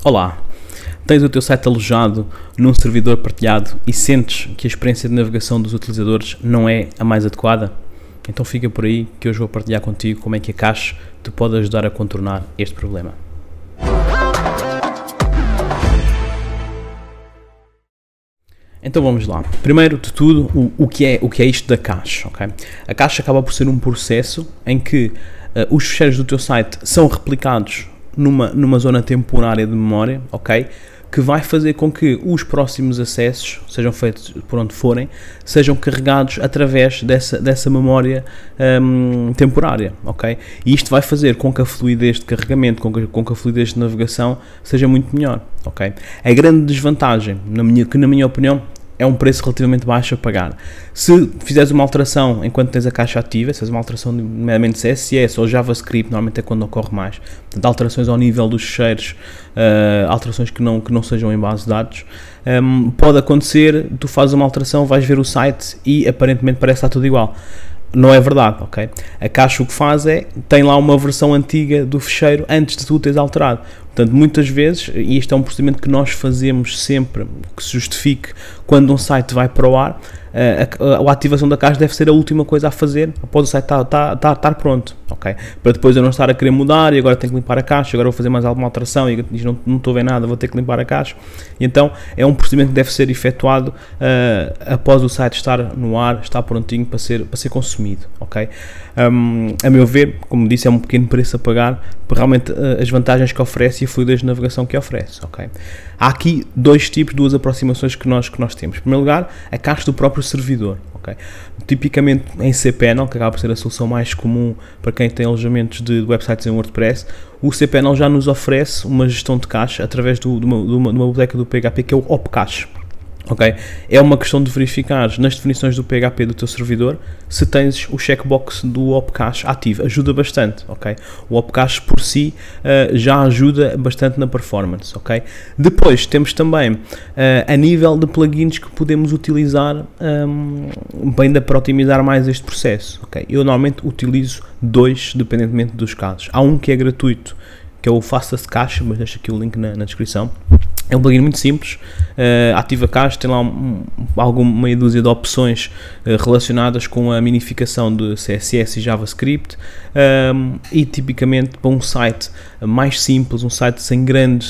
Olá, tens o teu site alojado num servidor partilhado e sentes que a experiência de navegação dos utilizadores não é a mais adequada? Então fica por aí que hoje vou partilhar contigo como é que a Cache te pode ajudar a contornar este problema. Então vamos lá. Primeiro de tudo, o que é isto da Cache, ok? A Cache acaba por ser um processo em que os ficheiros do teu site são replicados numa zona temporária de memória, ok? Que vai fazer com que os próximos acessos, sejam feitos por onde forem, sejam carregados através dessa memória temporária, ok? E isto vai fazer com que a fluidez de carregamento, com que a fluidez de navegação seja muito melhor, ok? A grande desvantagem, na minha opinião, é um preço relativamente baixo a pagar. Se fizeres uma alteração enquanto tens a Cache ativa, se fizeres uma alteração meramente CSS ou JavaScript, normalmente é quando ocorre mais, portanto, alterações ao nível dos ficheiros, alterações que não sejam em base de dados, pode acontecer, tu fazes uma alteração, vais ver o site e aparentemente parece que está tudo igual. Não é verdade, ok? A Cache o que faz tem lá uma versão antiga do ficheiro antes de tu teres alterado. Portanto, muitas vezes, e isto é um procedimento que nós fazemos sempre, que se justifique quando um site vai para o ar, a ativação da Cache deve ser a última coisa a fazer após o site estar pronto, ok? Para depois eu não estar a querer mudar e agora tenho que limpar a Cache, agora vou fazer mais alguma alteração e não estou a ver nada, vou ter que limpar a Cache. E então é um procedimento que deve ser efetuado após o site estar no ar, estar prontinho para ser consumido, ok? A meu ver, como disse, é um pequeno preço a pagar por realmente as vantagens que oferece e a fluidez de navegação que oferece, ok? Há aqui duas aproximações que nós temos. Em primeiro lugar, a Cache do próprio servidor, ok? Tipicamente em cPanel, que acaba por ser a solução mais comum para quem tem alojamentos de websites em WordPress, o cPanel já nos oferece uma gestão de cache através de uma biblioteca do PHP que é o Opcache. Okay? É uma questão de verificar nas definições do PHP do teu servidor se tens o checkbox do Opcache ativo. Ajuda bastante, ok? O Opcache por si já ajuda bastante na performance, ok? Depois temos também a nível de plugins que podemos utilizar ainda para otimizar mais este processo, ok? Eu normalmente utilizo dois, dependentemente dos casos. Há um que é gratuito, que é o Fastest Cache, mas deixo aqui o link na descrição. É um plugin muito simples, ativa Cache, tem lá alguma meia dúzia de opções relacionadas com a minificação de CSS e JavaScript e tipicamente para um site mais simples, um site sem grande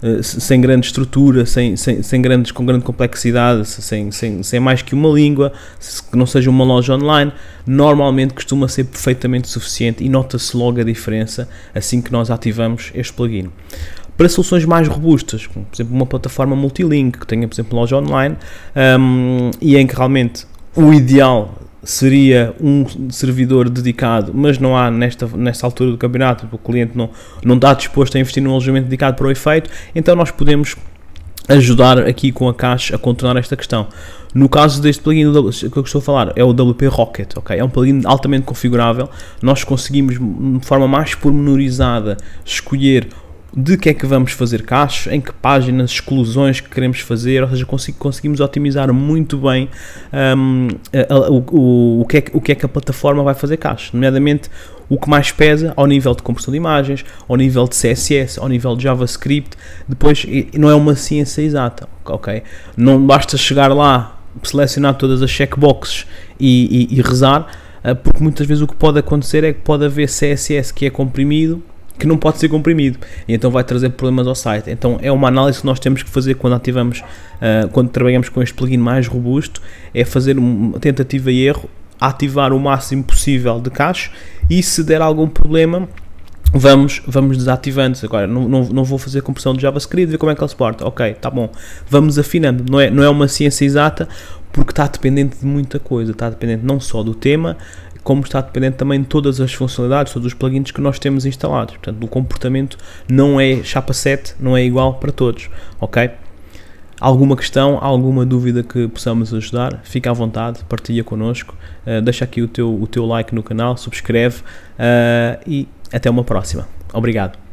estrutura, com grande complexidade, sem mais que uma língua, que não seja uma loja online, normalmente costuma ser perfeitamente suficiente e nota-se logo a diferença assim que nós ativamos este plugin. Para soluções mais robustas, como, por exemplo, uma plataforma multilink, que tenha, por exemplo, loja online, e em que realmente o ideal seria um servidor dedicado, mas não há nesta altura do campeonato, o cliente não está disposto a investir num alojamento dedicado para o efeito, então nós podemos ajudar aqui com a Cache a contornar esta questão. No caso deste plugin que eu estou a falar, é o WP Rocket, ok? É um plugin altamente configurável, nós conseguimos de forma mais pormenorizada escolher de que é que vamos fazer cache, em que páginas, exclusões que queremos fazer, ou seja, conseguimos otimizar muito bem o que é que a plataforma vai fazer cache, nomeadamente o que mais pesa ao nível de compressão de imagens, ao nível de CSS, ao nível de JavaScript. Depois não é uma ciência exata, ok? Não basta chegar lá, selecionar todas as checkboxes e rezar, porque muitas vezes o que pode acontecer é que pode haver CSS que é comprimido, que não pode ser comprimido, e então vai trazer problemas ao site. Então é uma análise que nós temos que fazer quando quando trabalhamos com este plugin mais robusto, é fazer uma tentativa e erro, ativar o máximo possível de cache, e se der algum problema vamos desativando. Agora não vou fazer compressão de JavaScript, ver como é que ele se porta, ok, tá bom, vamos afinando. Não é uma ciência exata, porque está dependente de muita coisa, está dependente não só do tema, como está dependente também de todas as funcionalidades, todos os plugins que nós temos instalados. Portanto, o comportamento não é chapa 7, não é igual para todos, ok? Alguma questão, alguma dúvida que possamos ajudar, fica à vontade, partilha connosco, deixa aqui o teu like no canal, subscreve e até uma próxima. Obrigado.